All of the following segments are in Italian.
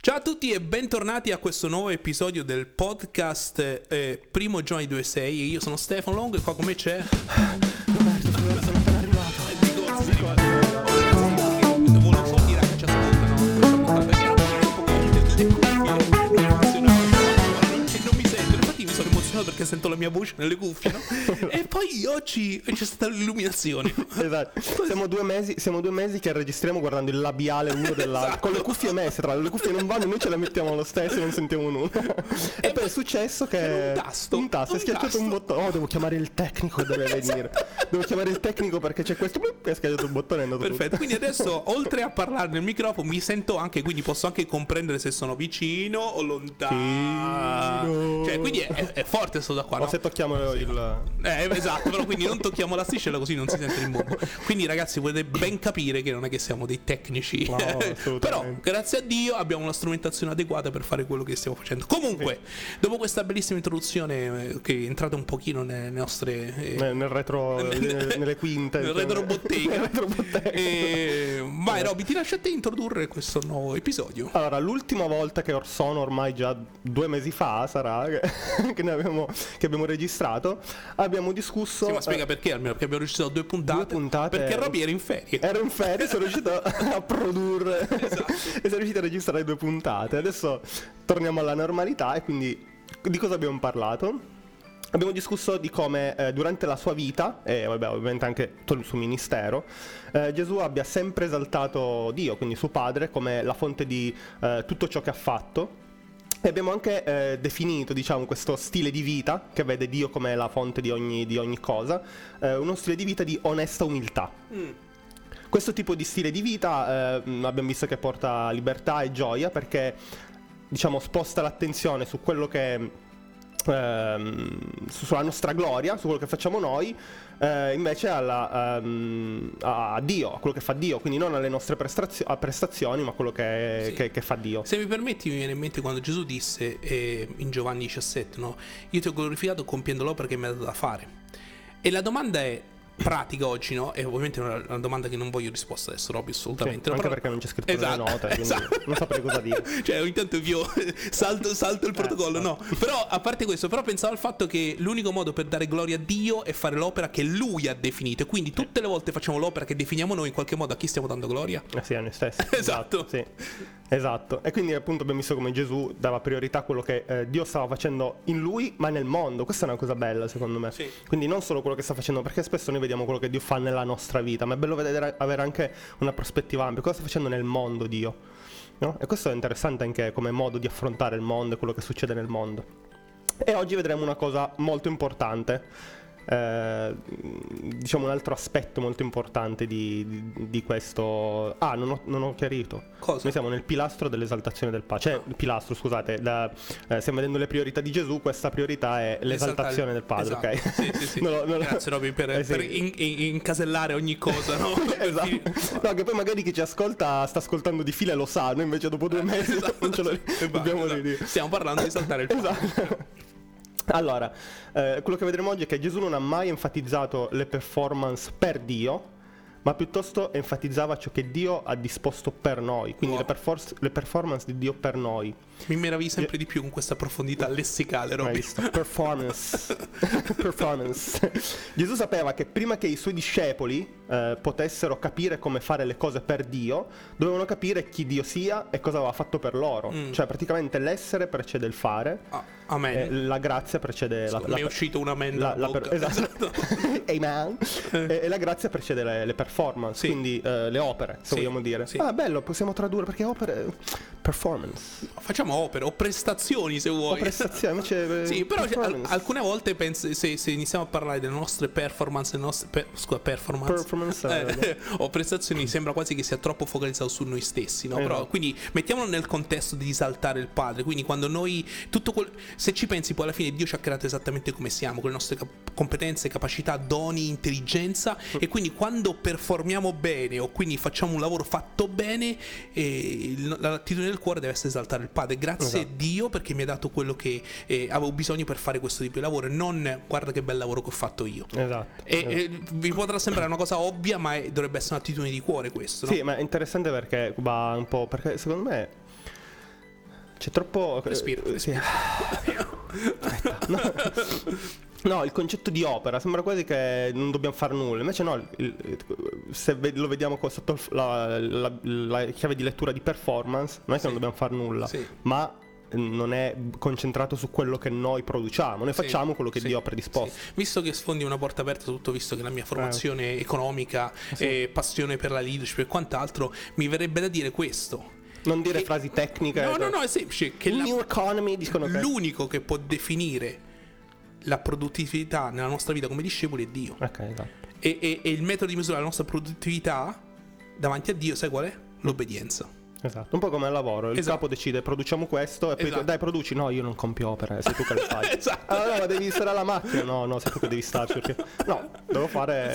Ciao a tutti e bentornati a questo nuovo episodio del podcast Primo Giorno 26. Io sono Stefano Longo e qua con me c'è Roberto, sono appena arrivato. Volevo solo dire che ci ascoltano perché ero un po' contento delle cuffie, non funzionavano, e non mi sentono. Infatti mi sono emozionato perché sento la mia voce nelle cuffie, no? E poi oggi c'è stata l'illuminazione. Esatto. Siamo due mesi che registriamo guardando il labiale uno dell'altro. Esatto. Con le cuffie messe, tra le cuffie non vanno, noi ce le mettiamo lo stesso e non sentiamo nulla. E poi è successo che era un tasto. è schiacciato un bottone. Oh, devo chiamare il tecnico, deve venire. Devo chiamare il tecnico perché c'è questo. È schiacciato un bottone e è andato Perfetto, tutto. quindi adesso oltre a parlare nel microfono mi sento anche, quindi posso anche comprendere se sono vicino o lontano. Cioè, quindi è forte sto da qua, O no? se tocchiamo il. Esatto, però quindi non tocchiamo l'asticella così non si sente il mondo. Quindi ragazzi potete ben capire che non è che siamo dei tecnici. No, assolutamente. Però grazie a Dio abbiamo una strumentazione adeguata per fare quello che stiamo facendo. Comunque, dopo questa bellissima introduzione che è entrata un pochino nelle nostre Nel retro. Nelle quinte. nel retrobottega. Nel retrobottega. Vai Roby, ti lascio a te introdurre questo nuovo episodio. Allora, l'ultima volta che sono ormai già 2 mesi fa sarà che abbiamo registrato, abbiamo discusso. Sì, ma spiega perché almeno, perché abbiamo registrato 2 puntate. 2 puntate. Perché Roby era in ferie. Ero in ferie, sono riuscito a produrre. Esatto. E sono riuscito a registrare 2 puntate. Adesso torniamo alla normalità e quindi di cosa abbiamo parlato? Abbiamo discusso di come durante la sua vita, e vabbè, ovviamente anche tutto il suo ministero, Gesù abbia sempre esaltato Dio, quindi suo padre, come la fonte di tutto ciò che ha fatto. E abbiamo anche definito, diciamo, questo stile di vita che vede Dio come la fonte di ogni cosa, uno stile di vita di onesta umiltà. Questo tipo di stile di vita abbiamo visto che porta libertà e gioia perché, diciamo, sposta l'attenzione su quello che sulla nostra gloria, su quello che facciamo noi, invece a Dio, a quello che fa Dio, quindi non alle nostre prestazioni, ma a quello che fa Dio. Se mi permetti, mi viene in mente quando Gesù disse in Giovanni 17, no? Io ti ho glorificato compiendo l'opera che mi hai dato da fare. E la domanda è pratica oggi, no? E ovviamente è una domanda che non voglio risposta adesso, Robby, assolutamente. Sì, no? anche Però... perché non c'è scritto Esatto, nelle note, quindi esatto. non saprei cosa dire. Cioè, ogni tanto io salto il protocollo, no. Però, a parte questo, però pensavo al fatto che l'unico modo per dare gloria a Dio è fare l'opera che Lui ha definito. E quindi tutte le volte facciamo l'opera che definiamo noi, in qualche modo a chi stiamo dando gloria? Sì, a noi stessi. Esatto. Sì. Esatto. E quindi appunto abbiamo visto come Gesù dava priorità a quello che Dio stava facendo in Lui, ma nel mondo. Questa è una cosa bella, secondo me. Sì. Quindi non solo quello che sta facendo, perché spesso noi vediamo quello che Dio fa nella nostra vita, ma è bello avere anche una prospettiva ampia. Cosa sta facendo nel mondo Dio? No? E questo è interessante anche come modo di affrontare il mondo e quello che succede nel mondo. E oggi vedremo una cosa molto importante. Diciamo un altro aspetto molto importante di questo. Non ho chiarito. Cosa? Noi siamo nel pilastro dell'esaltazione del Padre. Cioè, il pilastro, scusate, stiamo vedendo le priorità di Gesù. Questa priorità è l'esaltazione del Padre, esatto. Ok? Sì. Grazie Robby per incasellare ogni cosa, no? Esatto. No, che poi magari chi ci ascolta sta ascoltando di fila e lo sa. Noi invece dopo 2 mesi non ce lo dobbiamo ridire. Stiamo parlando di esaltare il Padre. Esatto. Allora, quello che vedremo oggi è che Gesù non ha mai enfatizzato le performance per Dio, ma piuttosto enfatizzava ciò che Dio ha disposto per noi, quindi Wow. le performance di Dio per noi. Mi meravigli sempre di più con questa profondità lessicale, Hai Robby. visto? Performance. Gesù sapeva che prima che i suoi discepoli potessero capire come fare le cose per Dio, dovevano capire chi Dio sia e cosa aveva fatto per loro. Cioè praticamente l'essere precede il fare, Amen. la grazia precede Mi è uscito un amen dalla bocca. esatto. Amen. E la grazia precede le performance, Sì. quindi le opere, se Sì, vogliamo dire. sì. Bello, possiamo tradurre perché opere performance. Facciamo opere o prestazioni se vuoi. O prestazioni, invece Sì, però performance. alcune volte penso, se iniziamo a parlare delle nostre performance, performance o prestazioni, sembra quasi che sia troppo focalizzato su noi stessi, no? Però quindi mettiamolo nel contesto di esaltare il Padre. Quindi quando noi se ci pensi, poi alla fine Dio ci ha creato esattamente come siamo, con le nostre competenze, capacità, doni, intelligenza, e quindi quando performiamo bene o quindi facciamo un lavoro fatto bene, l'attitudine del cuore deve essere esaltare il Padre. Grazie Dio perché mi ha dato quello che avevo bisogno per fare questo tipo di lavoro, e non guarda che bel lavoro che ho fatto io. Esatto. Vi potrà sembrare una cosa ovvia, ma dovrebbe essere un'attitudine di cuore questo, no? Sì, ma è interessante perché va un po', perché secondo me C'è troppo... Respiro. No, il concetto di opera sembra quasi che non dobbiamo fare nulla. Invece no, se lo vediamo sotto la chiave di lettura di performance, non è che non dobbiamo fare nulla, ma non è concentrato su quello che noi produciamo. Noi facciamo quello che Dio ha predisposto. Visto che sfondi una porta aperta su tutto, visto che la mia formazione economica e passione per la leadership e quant'altro, mi verrebbe da dire questo. Non dire frasi tecniche. No, è semplice. Che New economy dicono che l'unico che può definire la produttività nella nostra vita come discepoli è Dio. Esatto. E il metodo di misura della nostra produttività davanti a Dio, sai qual è? L'obbedienza. Esatto, un po' come al lavoro, il capo decide produciamo questo e poi dai produci, no io non compio opere, sei tu che le fai. Esatto. Allora ma devi stare alla macchina, no sei tu che devi starci perché no, devo fare...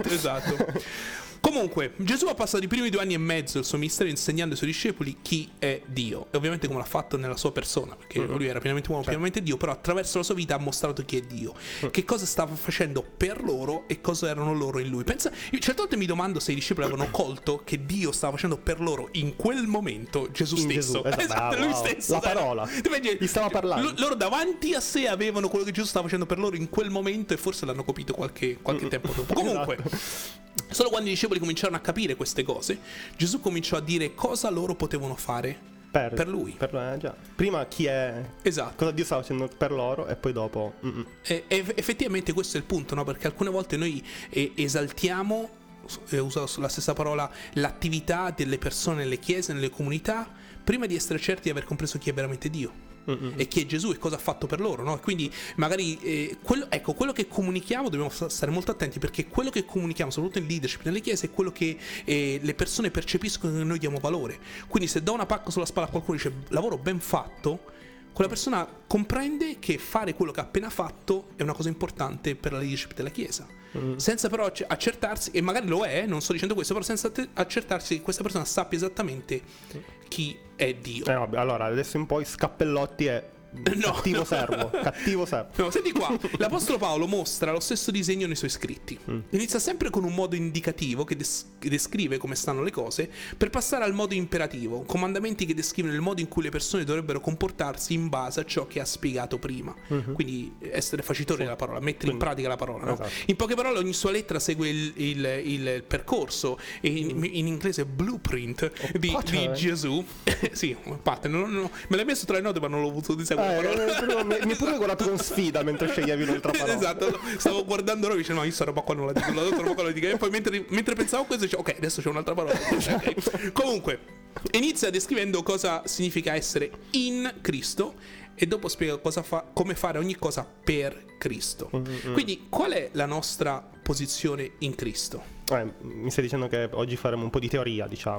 Esatto. Comunque, Gesù ha passato i primi 2 anni e mezzo del suo ministero insegnando ai suoi discepoli chi è Dio. E ovviamente come l'ha fatto nella sua persona, perché lui era pienamente uomo, pienamente Dio, però attraverso la sua vita ha mostrato chi è Dio, che cosa stava facendo per loro e cosa erano loro in lui. Pensa, io certe volte mi domando se i discepoli avevano colto che Dio stava facendo per loro in quel momento Gesù stesso. Esatto, lui stesso. La parola. Gli stava parlando. Loro davanti a sé avevano quello che Gesù stava facendo per loro in quel momento e forse l'hanno capito qualche tempo dopo. Comunque, solo quando i discepoli cominciarono a capire queste cose, Gesù cominciò a dire cosa loro potevano fare per lui. Già. Prima chi è, cosa Dio stava facendo per loro e poi dopo. E effettivamente questo è il punto, no? Perché alcune volte noi esaltiamo, uso la stessa parola, l'attività delle persone nelle chiese, nelle comunità, prima di essere certi di aver compreso chi è veramente Dio. E chi è Gesù e cosa ha fatto per loro, no? Quindi magari quello che comunichiamo dobbiamo stare molto attenti, perché quello che comunichiamo soprattutto in leadership nelle chiese è quello che le persone percepiscono che noi diamo valore. Quindi se do una pacca sulla spalla a qualcuno e dice lavoro ben fatto, quella persona comprende che fare quello che ha appena fatto è una cosa importante per la leadership della chiesa, senza però accertarsi, e magari lo è, non sto dicendo questo, però senza accertarsi che questa persona sappia esattamente chi è Dio. Vabbè, allora adesso in poi Scappellotti è cattivo servo. No, senti qua, l'Apostolo Paolo mostra lo stesso disegno nei suoi scritti. Inizia sempre con un modo indicativo che descrive come stanno le cose, per passare al modo imperativo, comandamenti che descrivono il modo in cui le persone dovrebbero comportarsi in base a ciò che ha spiegato prima. Quindi essere facitori della parola, mettere in pratica la parola, no? Esatto. In poche parole ogni sua lettera segue il percorso, in inglese blueprint di Gesù. Sì, pattern, me l'hai messo tra le note ma non l'ho voluto diseguire. Mi pure guardato con sfida mentre sceglievi un'altra parola. Esatto, stavo guardando lui e dicevo no, io sta roba qua non la dico, l'altra roba qua la dico. E poi mentre pensavo a questo dicevo ok, adesso c'è un'altra parola. Okay. Comunque inizia descrivendo cosa significa essere in Cristo e dopo spiega come fare ogni cosa per Cristo. Quindi qual è la nostra posizione in Cristo? Mi stai dicendo che oggi faremo un po' di teoria, diciamo.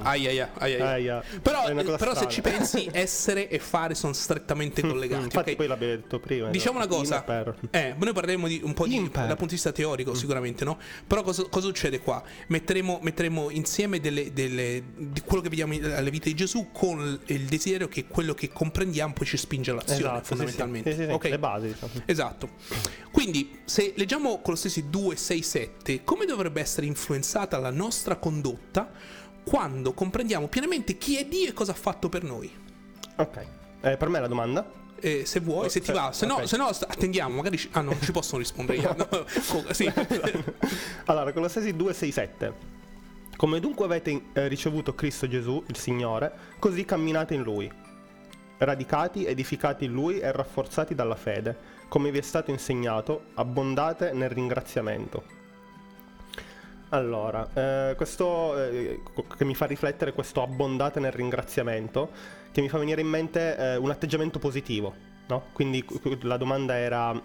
Però se ci pensi, essere e fare sono strettamente collegati. Infatti poi l'abbiamo detto prima. Diciamo una cosa, noi parleremo di un po' dal punto di vista teorico sicuramente, no? Però cosa succede qua? Metteremo insieme di quello che vediamo alle vite di Gesù con il desiderio che quello che comprendiamo poi ci spinge all'azione, fondamentalmente. Sì, okay? Le basi, diciamo. Esatto. Quindi se leggiamo Colossesi 2, 6, 7, come dovrebbe essere influenzata la nostra condotta quando comprendiamo pienamente chi è Dio e cosa ha fatto per noi? Ok, per me la domanda? Se vuoi, se ti va, se no attendiamo, magari non ci possono rispondere io. No, sì. Allora, Colossesi 2, 6, 7. Come dunque avete ricevuto Cristo Gesù, il Signore, così camminate in Lui, radicati, edificati in Lui e rafforzati dalla fede, come vi è stato insegnato, abbondate nel ringraziamento. Allora, questo che mi fa riflettere, questo abbondate nel ringraziamento, che mi fa venire in mente un atteggiamento positivo, no? Quindi la domanda era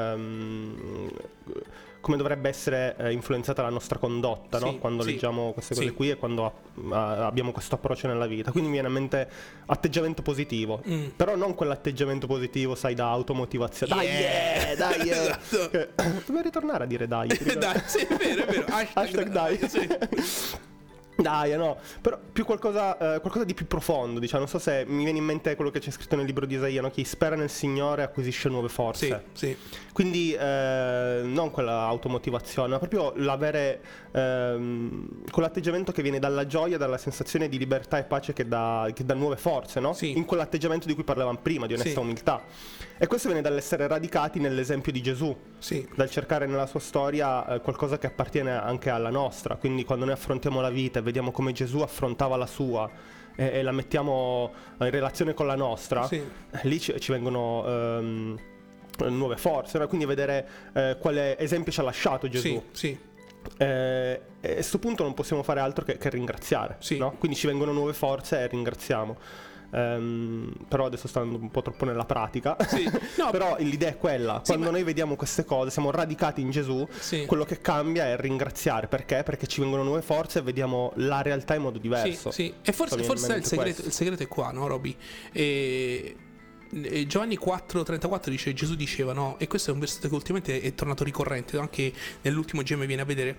come dovrebbe essere influenzata la nostra condotta, no? Quando leggiamo queste cose qui e quando abbiamo questo approccio nella vita. Quindi mi viene in mente atteggiamento positivo, però non quell'atteggiamento positivo, sai, da automotivazione. Dai, esatto. Dovevo ritornare a dire dai. Dai, sì, è vero. Hashtag dai. Sì. Dai, no, però più qualcosa di più profondo, diciamo. Non so se mi viene in mente quello che c'è scritto nel libro di Isaia, no? Chi spera nel Signore acquisisce nuove forze. Sì. Quindi non quella automotivazione, ma proprio l'avere quell'atteggiamento che viene dalla gioia, dalla sensazione di libertà e pace che dà nuove forze, no? Sì. In quell'atteggiamento di cui parlavamo prima, di onesta umiltà. E questo viene dall'essere radicati nell'esempio di Gesù, dal cercare nella sua storia qualcosa che appartiene anche alla nostra. Quindi quando noi affrontiamo la vita e vediamo come Gesù affrontava la sua e la mettiamo in relazione con la nostra, lì ci vengono nuove forze, no? Quindi vedere quale esempio ci ha lasciato Gesù. E a questo punto non possiamo fare altro che ringraziare, no? Quindi ci vengono nuove forze e ringraziamo. Però adesso sto andando un po' troppo nella pratica. No, però l'idea è quella. Quando noi vediamo queste cose, siamo radicati in Gesù, quello che cambia è ringraziare. Perché ci vengono nuove forze e vediamo la realtà in modo diverso. E forse il segreto è qua, no, Roby? Giovanni 4,34 dice, Gesù diceva, no? E questo è un versetto che ultimamente è tornato ricorrente, anche nell'ultimo GM viene a vedere,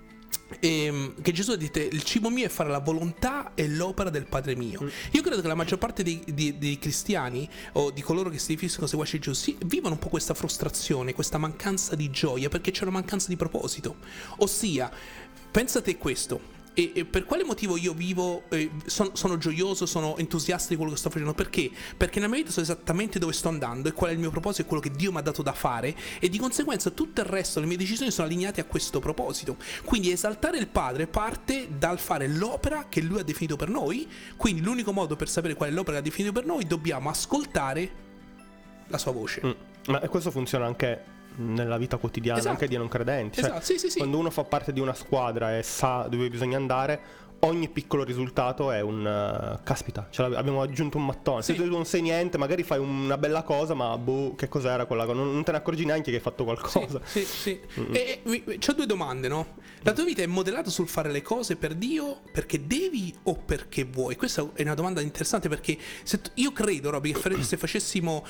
che Gesù ha detto: il cibo mio è fare la volontà e l'opera del Padre mio. Io credo che la maggior parte dei cristiani o di coloro che si definiscono seguaci Gesù vivono un po' questa frustrazione, questa mancanza di gioia, perché c'è una mancanza di proposito. Ossia, pensate questo: e per quale motivo io vivo, sono gioioso, sono entusiasta di quello che sto facendo? Perché? Perché nella mia vita so esattamente dove sto andando e qual è il mio proposito e quello che Dio mi ha dato da fare, e di conseguenza tutto il resto, le mie decisioni sono allineate a questo proposito. Quindi esaltare il Padre parte dal fare l'opera che Lui ha definito per noi. Quindi l'unico modo per sapere qual è l'opera che ha definito per noi, dobbiamo ascoltare la sua voce. Ma questo funziona anche nella vita quotidiana, anche di non credenti. Quando uno fa parte di una squadra e sa dove bisogna andare, ogni piccolo risultato è un caspita, abbiamo aggiunto un mattone. Se tu non sai niente, magari fai una bella cosa, ma che cos'era quella cosa? Non te ne accorgi neanche che hai fatto qualcosa. E c'ho due domande, no? La tua vita è modellata sul fare le cose per Dio perché devi o perché vuoi? Questa è una domanda interessante, perché io credo, Roby, che se facessimo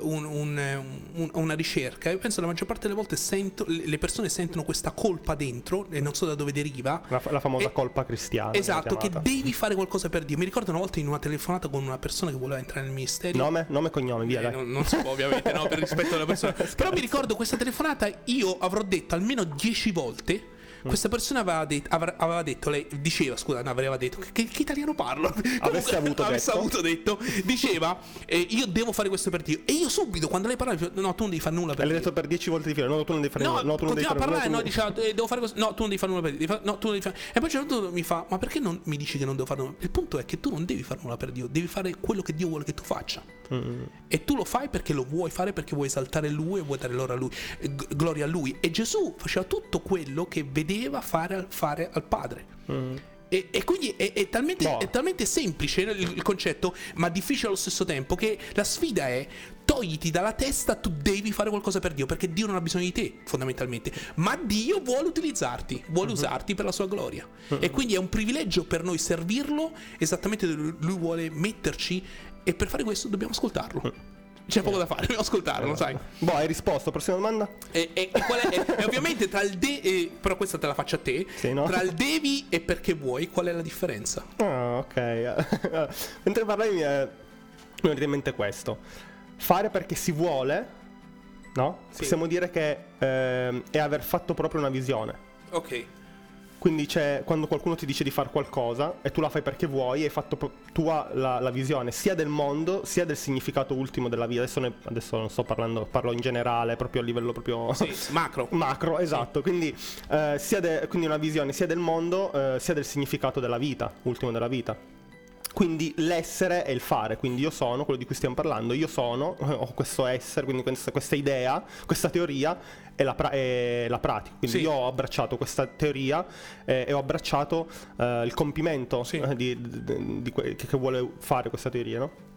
una ricerca, io penso che la maggior parte delle volte le persone sentono questa colpa dentro e non so da dove deriva, la famosa colpa cristiana. Esatto, che devi fare qualcosa per Dio. Mi ricordo una volta in una telefonata con una persona che voleva entrare nel ministero. Nome e cognome, via. Non si può, ovviamente, no, per rispetto alla persona. Però mi ricordo questa telefonata, io avrò detto almeno 10 volte. Questa persona aveva detto, lei diceva, aveva detto che italiano parlo? Avesse avuto detto, diceva, io devo fare questo per Dio. E io subito, quando lei parlava, no, tu non devi fare nulla per Dio. L'hai detto per 10 volte di fila, no, tu non devi fare nulla. No, tu non devi fare nulla. No, diceva, devo fare questo. No, tu non devi fare nulla per Dio. No, tu non devi fare. E poi c'è un punto mi fa, ma perché non mi dici che non devo fare nulla? Il punto è che tu non devi fare nulla per Dio, devi fare quello che Dio vuole che tu faccia. E tu lo fai perché lo vuoi fare, perché vuoi esaltare Lui e vuoi dare gloria a Lui. E Gesù faceva tutto quello che vedeva fare al Padre. E quindi è talmente semplice il concetto, ma difficile allo stesso tempo, che la sfida è: togliti dalla testa, tu devi fare qualcosa per Dio, perché Dio non ha bisogno di te fondamentalmente, ma Dio vuole utilizzarti, vuole usarti per la sua gloria. E quindi è un privilegio per noi servirlo esattamente dove Lui vuole metterci, e per fare questo dobbiamo ascoltarlo. C'è poco da fare, dobbiamo ascoltarlo, sai. Hai risposto. Prossima domanda. E ovviamente tra il però questa te la faccio a te. No? Tra il devi e perché vuoi, qual è la differenza? Ok. Mentre parlavi mi è venuto in mente questo: fare perché si vuole, no? Possiamo dire che è aver fatto proprio una visione. Ok. Quindi quando qualcuno ti dice di fare qualcosa e tu la fai perché vuoi, hai fatto tua la visione sia del mondo sia del significato ultimo della vita. Adesso non sto parlo in generale, proprio a livello proprio macro, esatto. Quindi quindi una visione sia del mondo sia del significato della vita, ultimo della vita. Quindi l'essere è il fare. Quindi io sono quello di cui stiamo parlando, ho questo essere, quindi questa idea, questa teoria e la pratica. Quindi io ho abbracciato questa teoria e ho abbracciato il compimento che vuole fare questa teoria, no?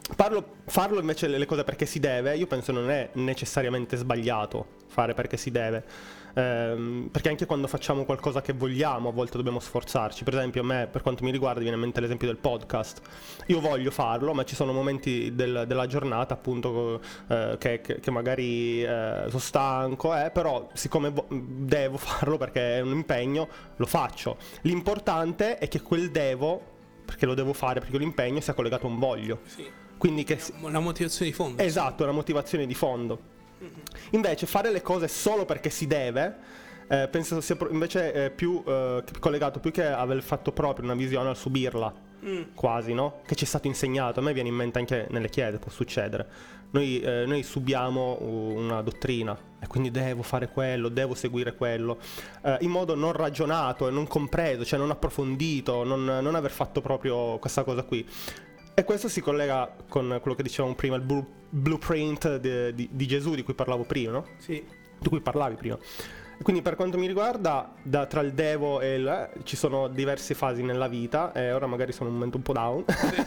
farlo invece le cose perché si deve, io penso non è necessariamente sbagliato fare perché si deve, perché anche quando facciamo qualcosa che vogliamo a volte dobbiamo sforzarci. Per esempio, a me, per quanto mi riguarda, viene in mente l'esempio del podcast. Io voglio farlo, ma ci sono momenti della giornata appunto che magari sono stanco, però siccome devo farlo perché è un impegno, lo faccio. L'importante è che quel perché lo devo fare, perché l'impegno sia collegato a un voglio. Sì. Quindi che una motivazione di fondo. Esatto, una motivazione di fondo. Invece fare le cose solo perché si deve, penso sia invece più collegato più che aver fatto proprio una visione al subirla, quasi, no? Che ci è stato insegnato. A me viene in mente anche nelle chiese, può succedere. Noi subiamo una dottrina e quindi devo fare quello, devo seguire quello, in modo non ragionato e non compreso, cioè non approfondito, non aver fatto proprio questa cosa qui. E questo si collega con quello che dicevamo prima, il blueprint di Gesù di cui parlavo prima, no? Sì. Di cui parlavi prima. E quindi per quanto mi riguarda, tra il devo e il ci sono diverse fasi nella vita, e ora magari sono in un momento un po' down,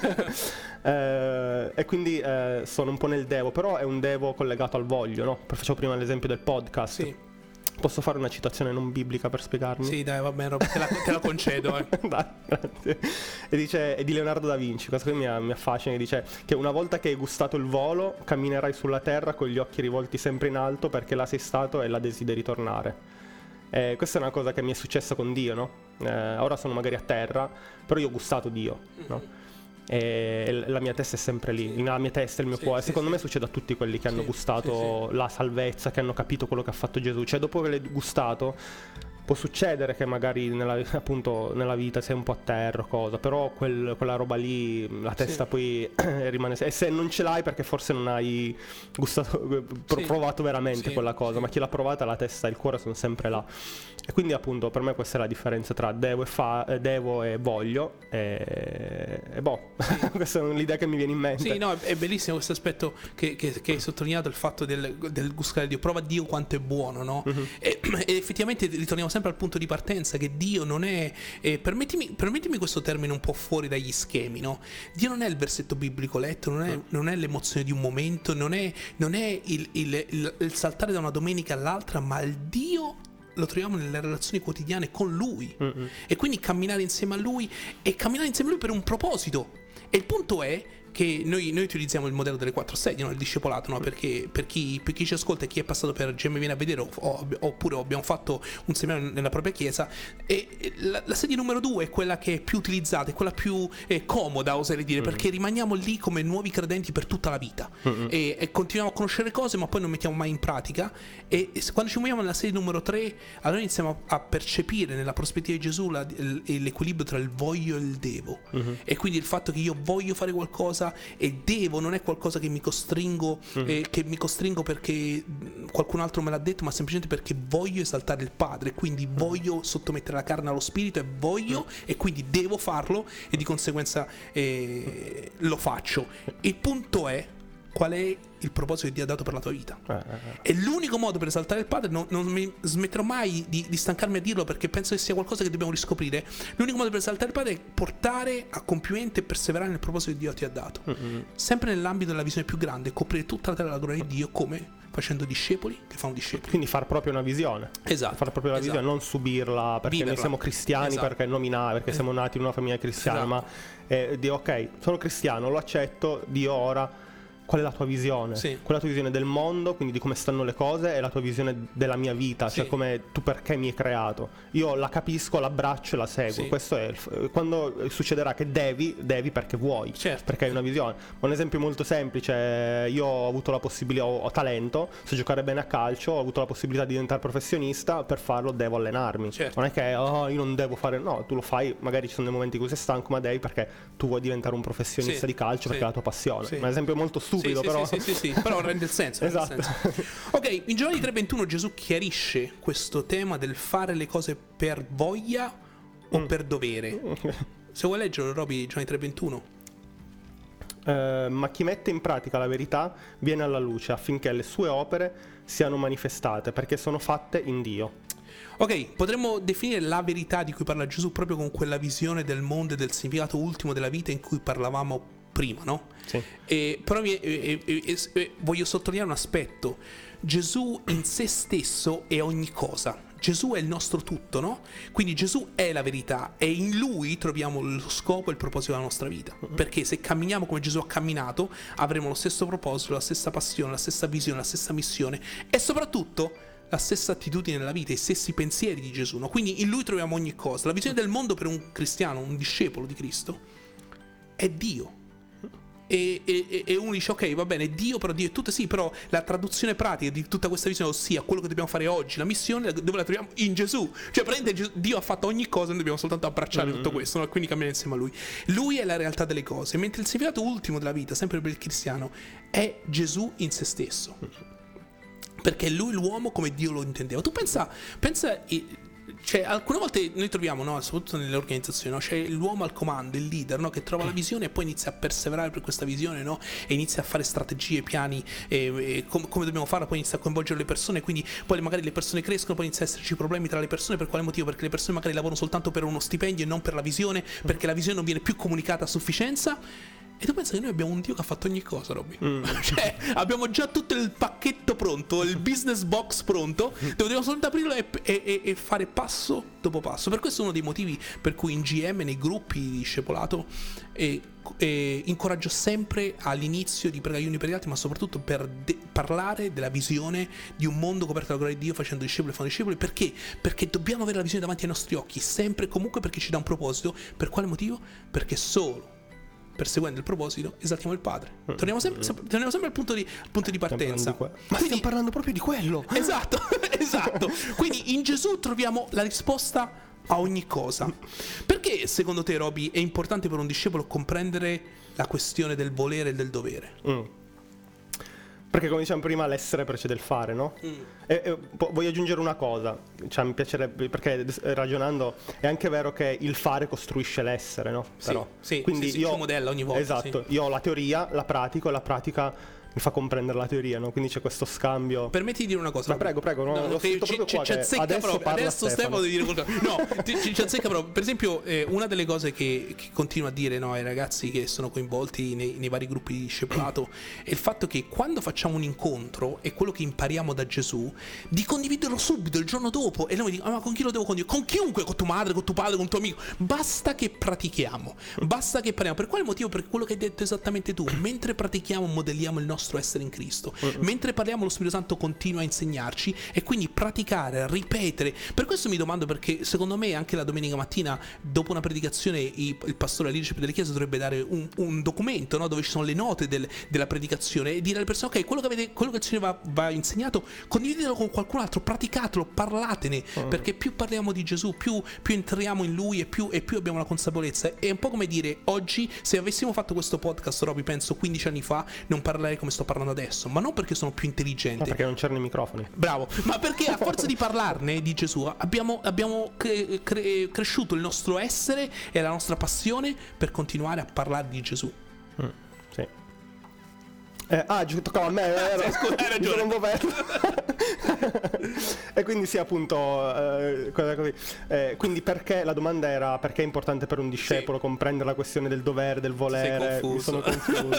e quindi sono un po' nel devo, però è un devo collegato al voglio, no? Facevo prima l'esempio del podcast. Sì. Posso fare una citazione non biblica per spiegarmi? Sì, dai, va bene, te la concedo. Dai, grazie. E dice, è di Leonardo da Vinci, questo qui mi affascina, che dice che una volta che hai gustato il volo, camminerai sulla terra con gli occhi rivolti sempre in alto perché là sei stato e là desideri tornare. Questa è una cosa che mi è successa con Dio, no? Ora sono magari a terra, però io ho gustato Dio, no? E la mia testa è sempre lì, la mia testa e il mio cuore. Secondo me succede a tutti quelli che hanno gustato la salvezza, che hanno capito quello che ha fatto Gesù. Cioè, dopo che l'hai gustato, può succedere che magari nella vita sei un po' a terra o cosa, però quella roba lì, la testa poi rimane. E se non ce l'hai perché forse non hai gustato, provato veramente quella cosa, ma chi l'ha provata, la testa e il cuore sono sempre là. E quindi appunto per me questa è la differenza tra devo e voglio, e boh, questa è l'idea che mi viene in mente. Sì, no, è bellissimo questo aspetto che hai sottolineato, il fatto del gustare Dio. Prova Dio quanto è buono, no? E effettivamente ritorniamo sempre al punto di partenza, che Dio non è, permettimi questo termine un po' fuori dagli schemi, no? Dio non è il versetto biblico letto, non è l'emozione di un momento, non è il saltare da una domenica all'altra, ma il Dio lo troviamo nelle relazioni quotidiane con Lui. E quindi camminare insieme a Lui, e camminare insieme a Lui per un proposito. E il punto è che noi utilizziamo il modello delle 4 sedie, no? Il discepolato, no? Perché per chi ci ascolta e chi è passato per GM Viene a Vedere, oppure abbiamo fatto un seminario nella propria chiesa, e la sedia numero 2 è quella che è più utilizzata, è quella più comoda, oserei dire, perché rimaniamo lì come nuovi credenti per tutta la vita, e continuiamo a conoscere cose ma poi non mettiamo mai in pratica, e quando ci muoviamo nella sedia numero 3, allora iniziamo a percepire nella prospettiva di Gesù l'equilibrio tra il voglio e il devo, e quindi il fatto che io voglio fare qualcosa e devo non è qualcosa che mi costringo, perché qualcun altro me l'ha detto, ma semplicemente perché voglio esaltare il Padre, quindi voglio sottomettere la carne allo spirito, e voglio, e quindi devo farlo, e di conseguenza lo faccio. Il punto è: qual è il proposito che Dio ha dato per la tua vita? E l'unico modo per esaltare il Padre, non mi smetterò mai di stancarmi a dirlo, perché penso che sia qualcosa che dobbiamo riscoprire. L'unico modo per esaltare il Padre è portare a compimento e perseverare nel proposito che Dio ti ha dato, sempre nell'ambito della visione più grande, coprire tutta la terra della gloria di Dio, come facendo discepoli che fanno discepoli. Quindi far proprio una visione. Esatto. Far proprio la visione, non subirla perché noi siamo cristiani, perché nominare, perché siamo nati in una famiglia cristiana, ma dire ok, sono cristiano, lo accetto, Dio ora. Qual è la tua visione? Qual è la tua visione del mondo, quindi di come stanno le cose, e la tua visione della mia vita, cioè come tu, perché mi hai creato. Io la capisco, l'abbraccio e la seguo. Questo è quando succederà che devi perché vuoi, perché hai una visione. Un esempio molto semplice: io ho avuto la possibilità, ho talento, so giocare bene a calcio, ho avuto la possibilità di diventare professionista, per farlo devo allenarmi. Non è che io non devo fare, no, tu lo fai, magari ci sono dei momenti in cui sei stanco, ma devi perché tu vuoi diventare un professionista di calcio, perché è la tua passione. Un esempio molto stupido. Però però rende il senso. Esatto. Ok, in Giovanni 3:21 Gesù chiarisce questo tema del fare le cose per voglia o per dovere. Se vuoi leggerlo, Roby, Giovanni 3:21. Ma chi mette in pratica la verità viene alla luce, affinché le sue opere siano manifestate, perché sono fatte in Dio. Ok, potremmo definire la verità di cui parla Gesù proprio con quella visione del mondo e del significato ultimo della vita in cui parlavamo prima, no? Sì. Però voglio sottolineare un aspetto. Gesù in se stesso è ogni cosa. Gesù è il nostro tutto, no? Quindi Gesù è la verità e in Lui troviamo lo scopo e il proposito della nostra vita. Perché se camminiamo come Gesù ha camminato, avremo lo stesso proposito, la stessa passione, la stessa visione, la stessa missione e soprattutto la stessa attitudine nella vita, i stessi pensieri di Gesù, no? Quindi in Lui troviamo ogni cosa. La visione del mondo per un cristiano, un discepolo di Cristo, è Dio. E uno dice ok, va bene, Dio, però Dio è tutto, sì, però la traduzione pratica di tutta questa visione, ossia quello che dobbiamo fare oggi, la missione, dove la troviamo? In Gesù. Cioè praticamente Dio ha fatto ogni cosa, noi dobbiamo soltanto abbracciare tutto questo, no? E quindi camminare insieme a Lui. Lui è la realtà delle cose, mentre il significato ultimo della vita, sempre per il cristiano, è Gesù in se stesso, perché è Lui l'uomo come Dio lo intendeva. Tu pensa, cioè alcune volte noi troviamo, no, soprattutto nelle organizzazioni, no, c'è l'uomo al comando, il leader, no, che trova la visione e poi inizia a perseverare per questa visione, no, e inizia a fare strategie, piani, come dobbiamo farlo, poi inizia a coinvolgere le persone, quindi poi magari le persone crescono, poi inizia a esserci problemi tra le persone. Per quale motivo? Perché le persone magari lavorano soltanto per uno stipendio e non per la visione, perché la visione non viene più comunicata a sufficienza. E tu pensi che noi abbiamo un Dio che ha fatto ogni cosa, Robby? Cioè, abbiamo già tutto il pacchetto pronto, il business box pronto, dobbiamo soltanto aprirlo e fare passo dopo passo. Per questo è uno dei motivi per cui in GM, nei gruppi di discepolato, incoraggio sempre all'inizio di pregare gli uni per gli altri, ma soprattutto per parlare della visione di un mondo coperto dalla gloria di Dio, facendo discepoli e fanno discepoli. Perché? Perché dobbiamo avere la visione davanti ai nostri occhi, sempre e comunque, perché ci dà un proposito. Per quale motivo? Perché solo perseguendo il proposito esaltiamo il Padre. Torniamo sempre al punto di partenza. Ma stiamo parlando proprio di quello. Esatto. Quindi in Gesù troviamo la risposta a ogni cosa. Perché secondo te, Robby, è importante per un discepolo comprendere la questione del volere e del dovere? Perché come diciamo prima, l'essere precede il fare, no? Voglio aggiungere una cosa, cioè mi piacerebbe, perché ragionando è anche vero che il fare costruisce l'essere, no? Però, quindi io modella ogni volta. Esatto, io ho la teoria, la pratico, e la pratica mi fa comprendere la teoria, no? Quindi c'è questo scambio. Permetti di dire una cosa. Ma prego, no, ci azzecca proprio. Adesso Stefano deve dire qualcosa. No, ci azzecca proprio. Per esempio, una delle cose che continuo a dire, no, ai ragazzi che sono coinvolti nei vari gruppi di discepolato è il fatto che quando facciamo un incontro e quello che impariamo da Gesù, di condividerlo subito il giorno dopo. E noi dicono: ma con chi lo devo condividere? Con chiunque, con tua madre, con tuo padre, con tuo amico. Basta che pratichiamo, basta che parliamo. Per quale motivo? Perché quello che hai detto esattamente tu, mentre pratichiamo modelliamo il nostro essere in Cristo. Mentre parliamo, lo Spirito Santo continua a insegnarci, e quindi praticare, ripetere. Per questo mi domando, perché secondo me anche la domenica mattina dopo una predicazione il pastore, la leadership delle chiese dovrebbe dare un documento, no, dove ci sono le note della predicazione, e dire alle persone: ok, quello che il Signore va insegnato, condividetelo con qualcun altro, praticatelo, parlatene, perché più parliamo di Gesù, più entriamo in Lui, e più abbiamo la consapevolezza. È un po' come dire: oggi, se avessimo fatto questo podcast, Robby, penso 15 anni fa, non parlerei come sto parlando adesso, ma non perché sono più intelligente, ma perché non c'erano i microfoni. Bravo, ma perché a forza di parlarne di Gesù abbiamo cresciuto il nostro essere e la nostra passione per continuare a parlare di Gesù. Sì. Toccava a me, scusa, hai ragione. Un po' perso. E quindi sì, appunto, così. Quindi perché la domanda era: perché è importante per un discepolo comprendere la questione del dovere, del volere? Mi sono confuso.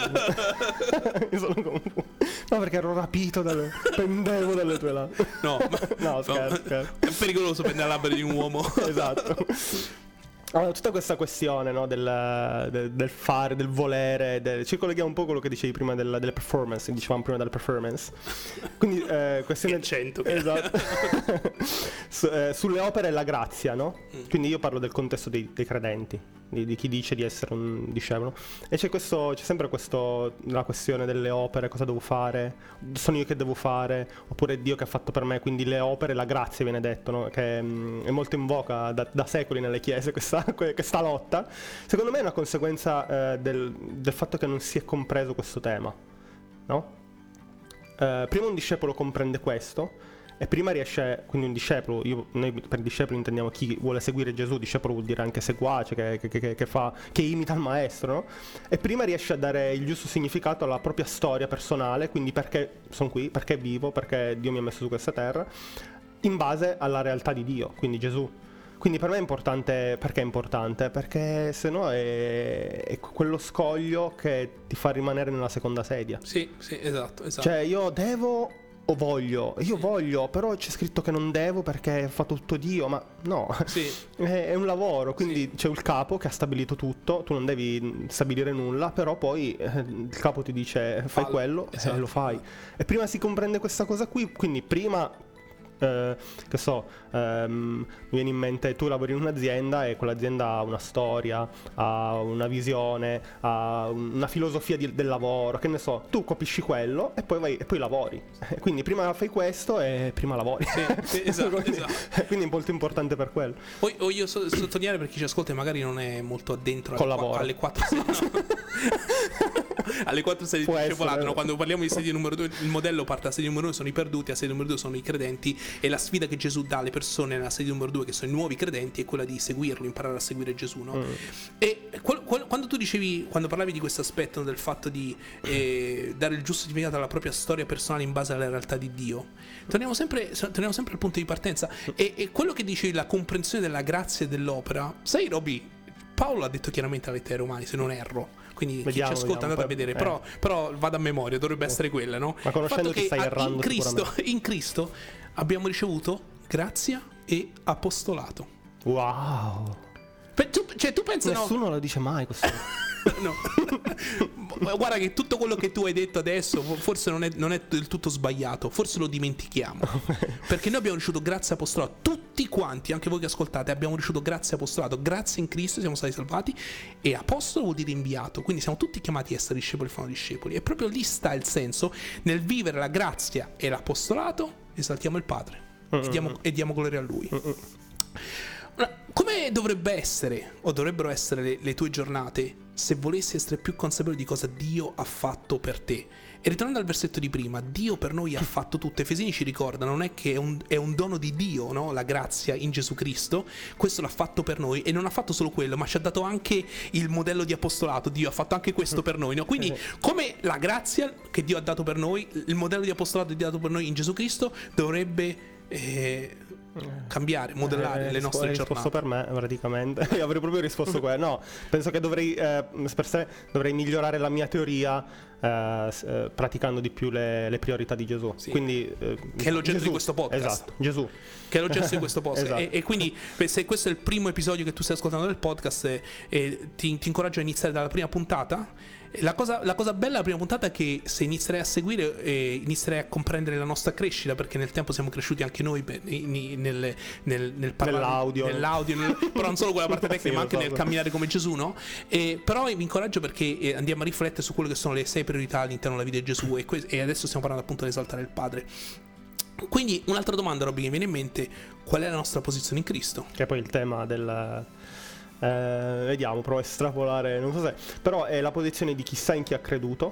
No, perché ero rapito pendevo dalle tue labbra. No, scherzo. È pericoloso prendere le labbra di un uomo. Esatto. Allora, tutta questa questione, no, del fare, del volere, ci colleghiamo un po' a quello che dicevi prima delle performance, dicevamo prima delle performance. Quindi questione 100. Esatto. Sulle opere e la grazia, no? Quindi io parlo del contesto dei credenti, di chi dice di essere un discepolo. E c'è sempre la questione delle opere, cosa devo fare, sono io che devo fare, oppure è Dio che ha fatto per me. Quindi le opere e la grazia viene detto, no? Che è molto in voga da secoli nelle chiese questa lotta. Secondo me è una conseguenza del fatto che non si è compreso questo tema, no? Prima un discepolo comprende questo, e prima riesce, quindi un discepolo, noi per discepolo intendiamo chi vuole seguire Gesù. Discepolo vuol dire anche seguace, che imita il maestro, no? E prima riesce a dare il giusto significato alla propria storia personale, quindi perché sono qui, perché vivo, perché Dio mi ha messo su questa terra, in base alla realtà di Dio, quindi Gesù. Quindi per me è importante. Perché è importante? Perché se no è quello scoglio che ti fa rimanere nella seconda sedia. Sì, esatto. Cioè io devo o voglio? Io voglio, però c'è scritto che non devo perché fa tutto Dio, ma no. Sì. È un lavoro, quindi c'è il capo che ha stabilito tutto, tu non devi stabilire nulla, però poi il capo ti dice fai quello e lo fai. E prima si comprende questa cosa qui, quindi prima che so, mi viene in mente, tu lavori in un'azienda e quell'azienda ha una storia, ha una visione, ha una filosofia del lavoro, che ne so, tu capisci quello e poi vai e poi lavori. Quindi prima fai questo e prima lavori. Sì, esatto. Quindi è molto importante per quello. Poi voglio sottolineare, per chi ci ascolta e magari non è molto addentro alle 4 alle 4 sedie di discepolato, no? Quando parliamo di sedia numero 2, il modello parte da sedia numero 1 sono i perduti, a sedia numero 2 sono i credenti, e la sfida che Gesù dà alle persone nella sedia numero 2, che sono i nuovi credenti, è quella di seguirlo, imparare a seguire Gesù, no? E quando tu dicevi, quando parlavi di questo aspetto, del fatto di dare il giusto significato alla propria storia personale in base alla realtà di Dio, torniamo sempre al punto di partenza, e quello che dicevi, la comprensione della grazia e dell'opera, sai Roby, Paolo ha detto chiaramente alla lettera ai Romani, se non erro, quindi chi ci ascolta andate a vedere, però vado a memoria, dovrebbe essere quella, no? Ma conoscendo che stai errando in Cristo abbiamo ricevuto grazia e apostolato. Wow. Tu pensi, nessuno lo dice mai questo. No. Guarda che tutto quello che tu hai detto adesso forse non è del tutto sbagliato, forse lo dimentichiamo. Perché noi abbiamo ricevuto grazia e apostolato, tutti quanti, anche voi che ascoltate, abbiamo ricevuto grazia e apostolato. Grazie in Cristo siamo stati salvati, e apostolo vuol dire inviato, quindi siamo tutti chiamati a essere discepoli e fanno discepoli. E proprio lì sta il senso, nel vivere la grazia e l'apostolato esaltiamo il Padre e diamo gloria a Lui. Come dovrebbe essere, o dovrebbero essere le tue giornate, se volessi essere più consapevole di cosa Dio ha fatto per te? E ritornando al versetto di prima, Dio per noi ha fatto tutto. Efesini ci ricorda, non è che è un dono di Dio, no? La grazia in Gesù Cristo, questo l'ha fatto per noi, e non ha fatto solo quello, ma ci ha dato anche il modello di apostolato. Dio ha fatto anche questo per noi, no? Quindi come la grazia che Dio ha dato per noi, il modello di apostolato che Dio ha dato per noi in Gesù Cristo dovrebbe cambiare, modellare le nostre giornate. Risposto per me praticamente. Io avrei proprio risposto quello. No, penso che dovrei migliorare la mia teoria praticando di più le priorità di Gesù. Sì. Quindi che è l'oggetto di questo podcast. Esatto, Gesù. Che è l'oggetto di questo podcast. Esatto. E quindi se questo è il primo episodio che tu stai ascoltando del podcast, ti incoraggio a iniziare dalla prima puntata. La cosa bella della prima puntata è che se inizierai a seguire, inizierai a comprendere la nostra crescita, perché nel tempo siamo cresciuti anche noi nel parlare, nell'audio, però non solo quella parte tecnica, ma anche nel camminare come Gesù, no? Però vi incoraggio perché andiamo a riflettere su quelle che sono le 6 priorità all'interno della vita di Gesù, e adesso stiamo parlando appunto di esaltare il Padre. Quindi un'altra domanda, Robby, che mi viene in mente: qual è la nostra posizione in Cristo? Che è poi il tema del... vediamo, provo a estrapolare, non so se, però è la posizione di chi sa in chi ha creduto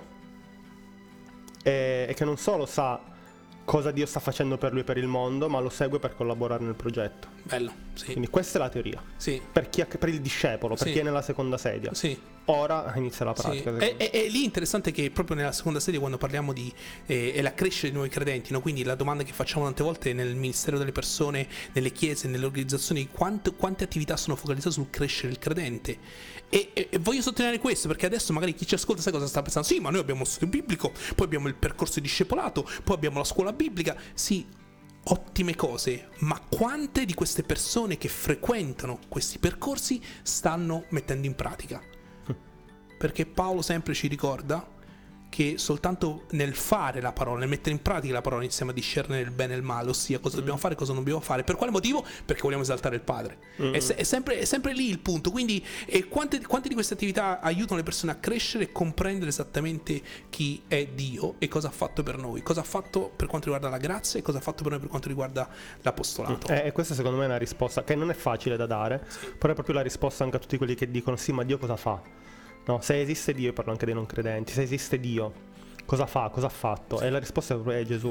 e che non solo sa cosa Dio sta facendo per lui e per il mondo, ma lo segue per collaborare nel progetto. Bello, sì. Quindi questa è la teoria. Sì. Per il discepolo, per chi è nella seconda sedia. Sì. Ora inizia la pratica. Sì. E lì è interessante che proprio nella seconda sedia, quando parliamo di la crescita dei nuovi credenti, no? Quindi la domanda che facciamo tante volte nel ministero delle persone, nelle chiese, nelle organizzazioni, quante attività sono focalizzate sul crescere il credente. E voglio sottolineare questo, perché adesso magari chi ci ascolta sa cosa sta pensando. Sì, ma noi abbiamo lo studio biblico, poi abbiamo il percorso di discepolato, poi abbiamo la scuola biblica. Sì, ottime cose, ma quante di queste persone che frequentano questi percorsi stanno mettendo in pratica? Perché Paolo sempre ci ricorda che soltanto nel fare la parola, nel mettere in pratica la parola, iniziamo a discernere il bene e il male, ossia cosa dobbiamo fare e cosa non dobbiamo fare. Per quale motivo? Perché vogliamo esaltare il Padre. È sempre lì il punto. Quindi quante di queste attività aiutano le persone a crescere e comprendere esattamente chi è Dio e cosa ha fatto per noi, cosa ha fatto per quanto riguarda la grazia e cosa ha fatto per noi per quanto riguarda l'apostolato. E questa secondo me è una risposta che non è facile da dare, però è proprio la risposta anche a tutti quelli che dicono sì, ma Dio cosa fa? No, se esiste Dio, io parlo anche dei non credenti, se esiste Dio, cosa fa, cosa ha fatto? E la risposta è Gesù.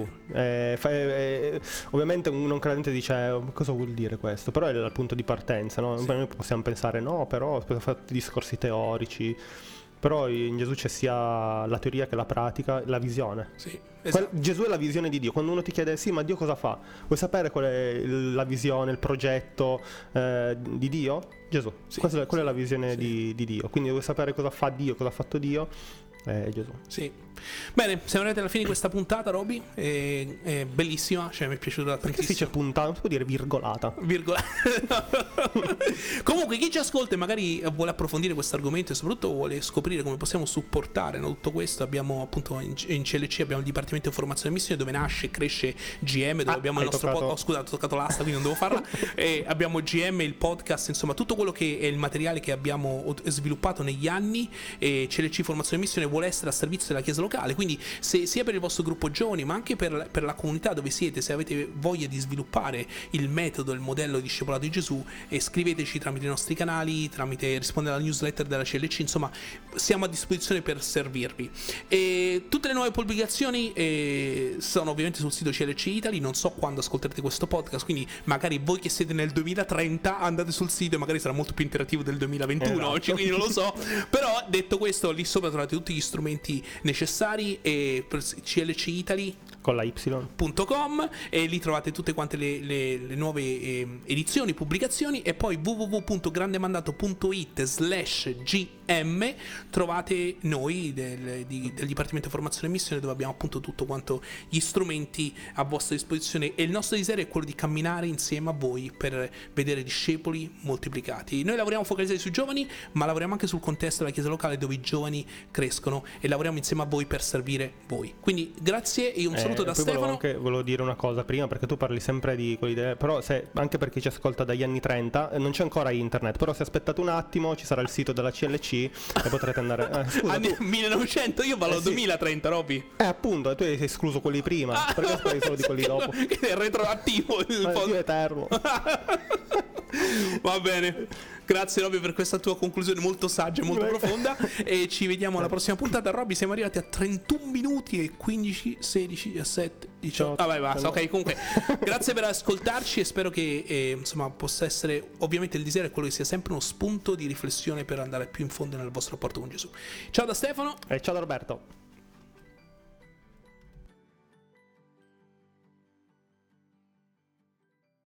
Ovviamente un non credente dice cosa vuol dire questo, però è il punto di partenza, no? Noi possiamo pensare no, però fare discorsi teorici, Però in Gesù c'è sia la teoria che la pratica, la visione. Sì, esatto. Gesù è la visione di Dio. Quando uno ti chiede sì, ma Dio cosa fa? Vuoi sapere qual è la visione, il progetto di Dio? Gesù. Sì, quella è la visione di Dio. Quindi vuoi sapere cosa fa Dio, cosa ha fatto Dio? Gesù. Sì. Bene, siamo arrivati alla fine di questa puntata, Roby. È bellissima, cioè mi è piaciuta tantissimo. Perché si dice puntata? Non si può dire virgolata. Comunque, chi ci ascolta e magari vuole approfondire questo argomento e soprattutto vuole scoprire come possiamo supportare, no, tutto questo, abbiamo appunto in CLC abbiamo il Dipartimento Informazione e Missione, dove nasce e cresce GM, dove abbiamo il nostro podcast. Oh, scusate, ho toccato l'asta, quindi non devo farla. E abbiamo GM, il podcast, insomma, tutto quello che è il materiale che abbiamo sviluppato negli anni. E CLC Informazione e Missione vuole essere a servizio della Chiesa locale, quindi sia per il vostro gruppo giovani, ma anche per la comunità dove siete, se avete voglia di sviluppare il metodo, il modello di discepolato di Gesù, scriveteci tramite i nostri canali, tramite rispondere alla newsletter della CLC, insomma siamo a disposizione per servirvi. E tutte le nuove pubblicazioni sono ovviamente sul sito CLC Italy. Non so quando ascolterete questo podcast, quindi magari voi che siete nel 2030 andate sul sito e magari sarà molto più interattivo del 2021 oggi, quindi non lo so. Però detto questo, lì sopra trovate tutti gli strumenti necessari, e per CLC Italy con la y.com, e lì trovate tutte quante le nuove edizioni, pubblicazioni, e poi www.grandemandato.it/gm trovate noi del Dipartimento Informazione e Missione, dove abbiamo appunto tutto quanto gli strumenti a vostra disposizione, e il nostro desiderio è quello di camminare insieme a voi per vedere discepoli moltiplicati. Noi lavoriamo focalizzati sui giovani, ma lavoriamo anche sul contesto della Chiesa locale, dove i giovani crescono, e lavoriamo insieme a voi per servire voi. Quindi grazie e un saluto da Stefano. Volevo dire una cosa prima, perché tu parli sempre di quelli però anche per chi ci ascolta dagli anni 30 non c'è ancora internet, però se aspettate un attimo ci sarà il sito della CLC e potrete andare anni 1900, io parlo 2030, Roby. Appunto, tu hai escluso quelli prima, perché parli solo di quelli dopo? Che è retroattivo il Dio eterno. Va bene, grazie Roby per questa tua conclusione molto saggia e molto profonda, e ci vediamo alla prossima puntata. Roby, siamo arrivati a 31 minuti e 15, 16, 17, 18. Vai, basta, ok, comunque grazie per ascoltarci, e spero che insomma possa essere, ovviamente il desiderio è quello che sia sempre uno spunto di riflessione per andare più in fondo nel vostro rapporto con Gesù. Ciao da Stefano e ciao da Roberto.